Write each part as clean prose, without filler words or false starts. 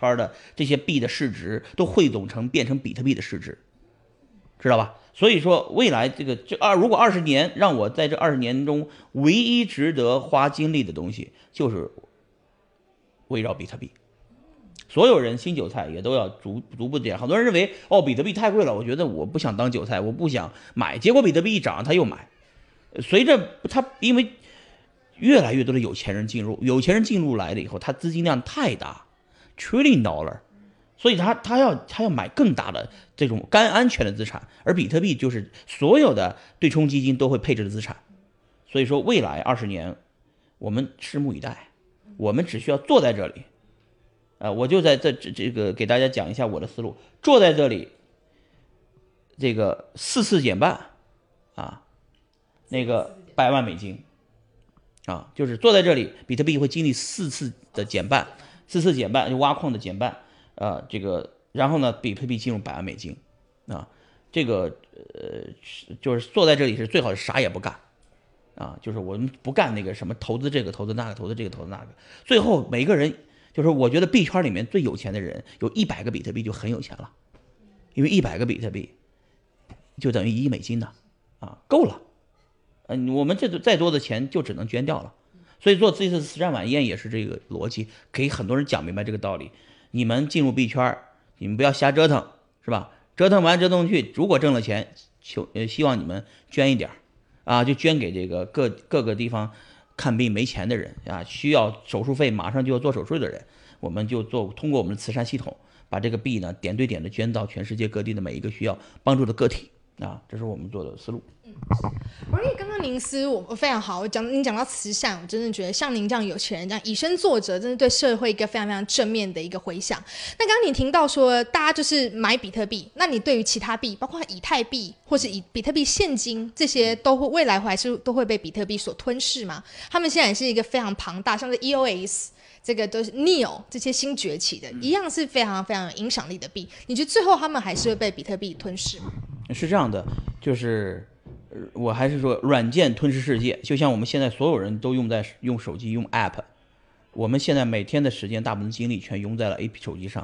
的这些币的市值都汇总成变成比特币的市值，知道吧？所以说未来如果20年让我在这20年中唯一值得花精力的东西，就是围绕比特币。所有人新韭菜也都要逐步这样。很多人认为比特币太贵了，我觉得我不想当韭菜，我不想买。结果比特币一涨，他又买。随着他因为越来越多的有钱人进入来了以后，他资金量太大，$1 trillion，所以他要买更大的这种安全的资产，而比特币就是所有的对冲基金都会配置的资产。所以说未来20年，我们拭目以待，我们只需要坐在这里。我就在这个给大家讲一下我的思路。坐在这里，这个4次减半，那个100万美金，就是坐在这里，比特币会经历4次的减半，4次减半就挖矿的减半，然后呢，比特币进入100万美金，这个就是坐在这里是最好是啥也不干，就是我们不干那个什么投资这个投资那个投资这个投资那个，最后每个人。就是我觉得币圈里面最有钱的人有100个比特币就很有钱了，因为100个比特币就等于1亿美金呢，够了，我们这再多的钱就只能捐掉了。所以做这次慈善晚宴也是这个逻辑，给很多人讲明白这个道理。你们进入币圈，你们不要瞎折腾，是吧？折腾完折腾去，如果挣了钱，希望你们捐一点就捐给这个各个地方。看病没钱的人需要手术费，马上就要做手术的人，我们就通过我们的慈善系统，把这个币呢点对点的捐到全世界各地的每一个需要帮助的个体这是我们做的思路。 刚刚您我非常好，您讲到慈善，我真的觉得像您这样有钱人这样以身作则，真的对社会一个非常非常正面的一个回响。那刚刚你听到说大家就是买比特币，那你对于其他币，包括以太币或是比特币现金这些，未来还是都会被比特币所吞噬吗？他们现在也是一个非常庞大，像是 EOS。这个都是 NEO 这些新崛起的，一样是非常非常有影响力的币。你觉得最后他们还是会被比特币吞噬吗？ 是这样的，就是我还是说软件吞噬世界，就像我们现在所有人都用手机用 App， 我们现在每天的时间大部分精力全用在了 AP 手机上。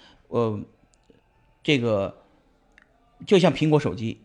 这个就像苹果手机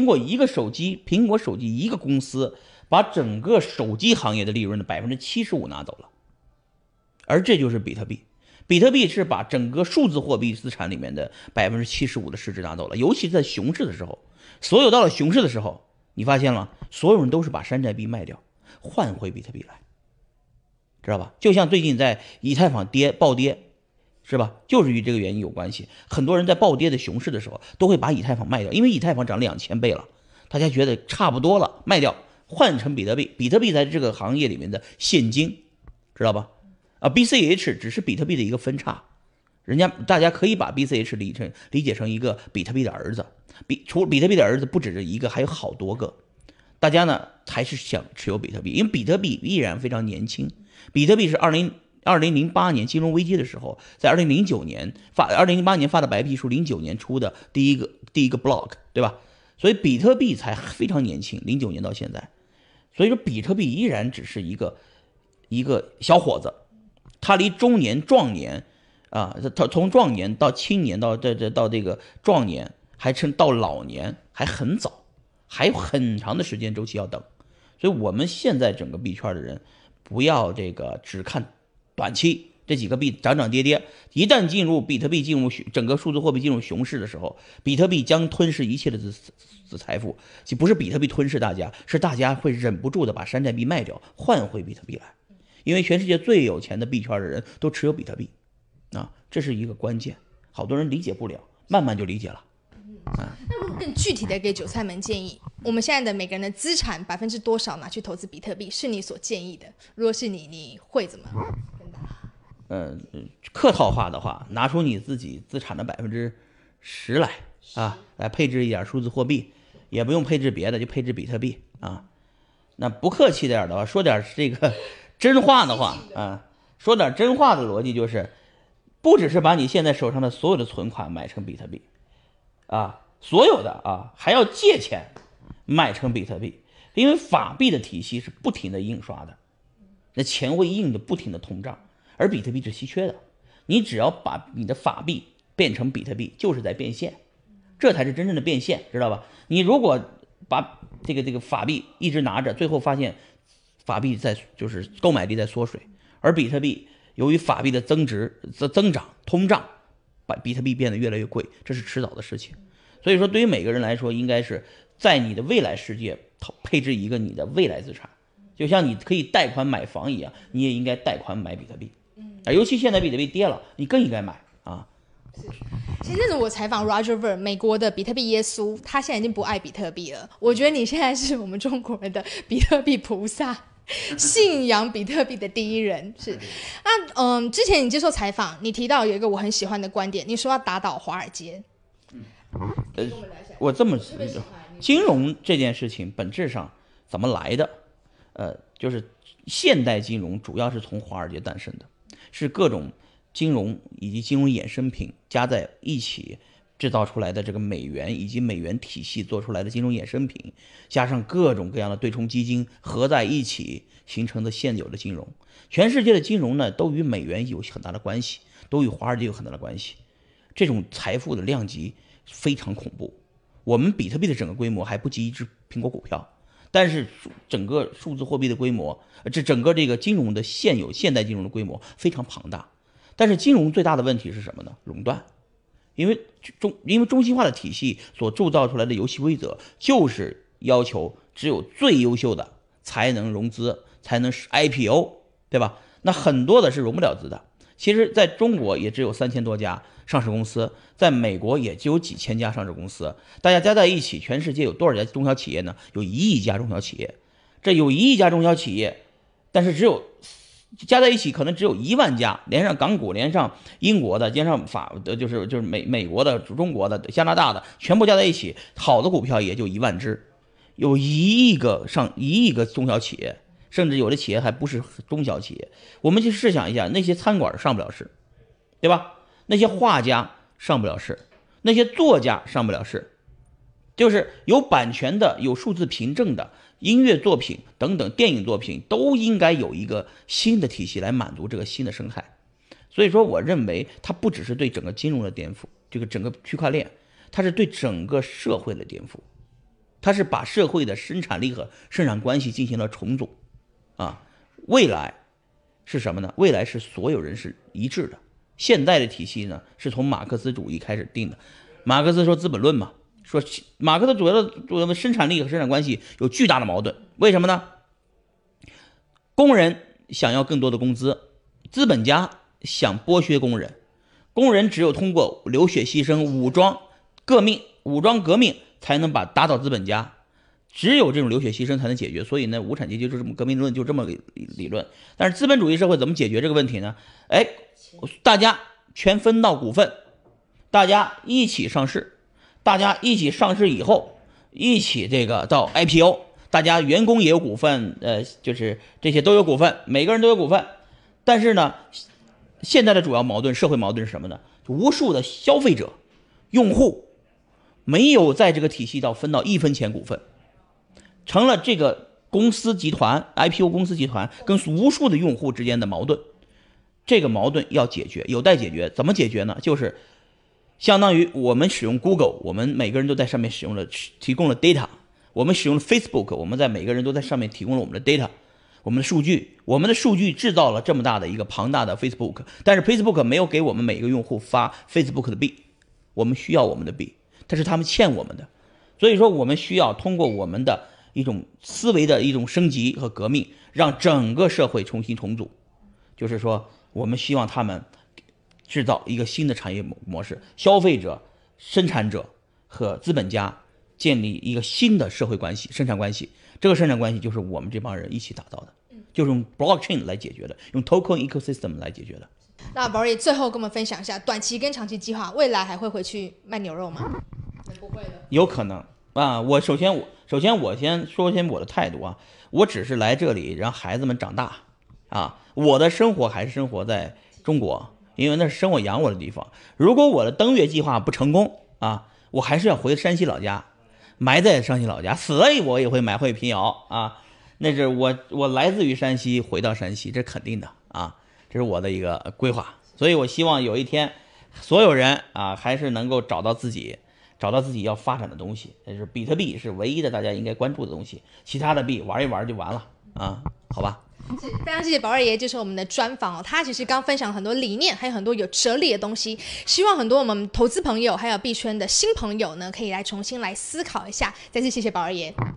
一个公司把整个手机行业的利润的75%拿走了。而这就是比特币，比特币是把整个数字货币资产里面的75%的市值拿走了。尤其是在熊市的时候，到了熊市的时候，你发现了，所有人都是把山寨币卖掉，换回比特币来，知道吧？就像最近在以太坊暴跌，是吧？就是与这个原因有关系。很多人在暴跌的熊市的时候，都会把以太坊卖掉，因为以太坊涨了2000倍了，大家觉得差不多了，卖掉换成比特币。比特币在这个行业里面的现金，知道吧？BCH 只是比特币的一个分叉，大家可以把 BCH 理解成一个比特币的儿子，除了比特币的儿子不止这一个，还有好多个。大家呢还是想持有比特币，因为比特币依然非常年轻。比特币是2008年金融危机的时候，在2008年发的白皮书，09年出的第一个 block， 对吧？所以比特币才非常年轻，09年到现在，所以说比特币依然只是一个小伙子。他离中年壮年他从壮年到青年到这个壮年，还到老年还很早，还有很长的时间周期要等。所以我们现在整个币圈的人不要只看短期这几个币涨跌跌，一旦比特币进入整个数字货币进入熊市的时候，比特币将吞噬一切的财富。其实不是比特币吞噬大家，是大家会忍不住的把山寨币卖掉，换回比特币来。因为全世界最有钱的币圈的人都持有比特币，这是一个关键，好多人理解不了，慢慢就理解了。 那如果更具体的给韭菜们建议，我们现在的每个人的资产多少拿去投资比特币是你所建议的？如果是你会怎么跟大家？ 客套话的话，拿出你自己资产的10%来配置一点数字货币，也不用配置别的，就配置比特币那不客气点的话，说点这个真话的话说点真话的逻辑就是，不只是把你现在手上的所有的存款买成比特币所有的还要借钱买成比特币，因为法币的体系是不停的印刷的，那钱会印的不停的通胀，而比特币是稀缺的， 你只要把你的法币变成比特币，就是在变现，这才是真正的变现，知道吧？你如果把这个法币一直拿着，最后发现法币就是购买力在缩水，而比特币由于法币的增长通胀，把比特币变得越来越贵，这是迟早的事情。所以说，对于每个人来说，应该是在你的未来世界配置一个你的未来资产，就像你可以贷款买房一样，你也应该贷款买比特币。尤其现在比特币跌了，你更应该买啊。 前阵子我采访 Roger Ver， 美国的比特币耶稣，他现在已经不爱比特币了。我觉得你现在是我们中国人的比特币菩萨，信仰比特币的第一人。是那之前你接受采访，你提到有一个我很喜欢的观点，你说要打倒华尔街。 我这么金融这件事情本质上怎么来的？就是现代金融主要是从华尔街诞生的，是各种金融以及金融衍生品加在一起制造出来的这个美元以及美元体系做出来的金融衍生品，加上各种各样的对冲基金合在一起形成的现有的金融。全世界的金融呢，都与美元有很大的关系，都与华尔街有很大的关系。这种财富的量级非常恐怖。我们比特币的整个规模还不及一只苹果股票，但是整个数字货币的规模，整个这个金融的现代金融的规模非常庞大。但是金融最大的问题是什么呢？垄断。因为中心化的体系所铸造出来的游戏规则，就是要求只有最优秀的才能融资，才能 IPO， 对吧？那很多的是融不了资的。其实在中国也只有3000多家上市公司，在美国也就有几千家上市公司，大家加在一起，全世界有多少家中小企业呢？有1亿家中小企业。这有1亿家中小企业，但是加在一起可能只有1万家，连上港股，连上英国的，连上就是美国的、中国的、加拿大的，全部加在一起，好的股票也就1万只，有1亿个中小企业，甚至有的企业还不是中小企业。我们去试想一下，那些餐馆上不了市，对吧？那些画家上不了市，那些作家上不了市，就是有版权的、有数字凭证的音乐作品等等电影作品，都应该有一个新的体系来满足这个新的生态。所以说，我认为它不只是对整个金融的颠覆，这个整个区块链，它是对整个社会的颠覆，它是把社会的生产力和生产关系进行了重组啊。未来是什么呢？未来是所有人是一致的。现在的体系呢，是从马克思主义开始定的。马克思说《资本论》嘛，说马克思主要的生产力和生产关系有巨大的矛盾。为什么呢？工人想要更多的工资，资本家想剥削工人，工人只有通过流血牺牲、武装革命才能打倒资本家。只有这种流血牺牲才能解决，所以呢，无产阶级就这么革命论就这么理论。但是资本主义社会怎么解决这个问题呢？大家全分到股份，大家一起上市，大家一起上市以后，一起到 IPO， 大家员工也有股份，就是这些都有股份，每个人都有股份。但是呢，现在的主要矛盾，社会矛盾是什么呢？无数的消费者、用户没有在这个体系分到1分钱股份。成了这个公司集团 IPO 公司集团跟无数的用户之间的矛盾。这个矛盾要解决，有待解决。怎么解决呢？就是相当于我们使用 Google， 我们每个人都在上面提供了 data， 我们使用了 Facebook， 我们每个人都在上面提供了我们的 data， 我们的数据制造了这么大的一个庞大的 Facebook， 但是 Facebook 没有给我们每个用户发 Facebook 的币，我们需要我们的币，但是他们欠我们的。所以说我们需要通过我们的一种思维的一种升级和革命，让整个社会重新重组。就是说，我们希望他们制造一个新的产业模式，消费者、生产者和资本家建立一个新的社会关系、生产关系。这个生产关系就是我们这帮人一起打造的，就是用 blockchain 来解决的，用 token ecosystem 来解决的。 那宝瑞最后跟我们分享一下短期跟长期计划，未来还会回去卖牛肉吗？不会的， 有可能啊。首先我先说我的态度啊，我只是来这里让孩子们长大啊。我的生活还是生活在中国，因为那是生我养我的地方。如果我的登月计划不成功啊，我还是要回山西老家，埋在山西老家，死了我也会埋回平遥啊。那是我来自于山西，回到山西，这是肯定的啊，这是我的一个规划。 所以我希望有一天，所有人啊还是能够找到自己要发展的东西。就是比特币是唯一的大家应该关注的东西，其他的币玩一玩就完了啊，好吧？ 非常谢谢宝二爷接受我们的专访哦，他其实刚分享很多理念，还有很多有哲理的东西，希望很多我们投资朋友还有币圈的新朋友呢，可以来重新来思考一下。再次谢谢宝二爷。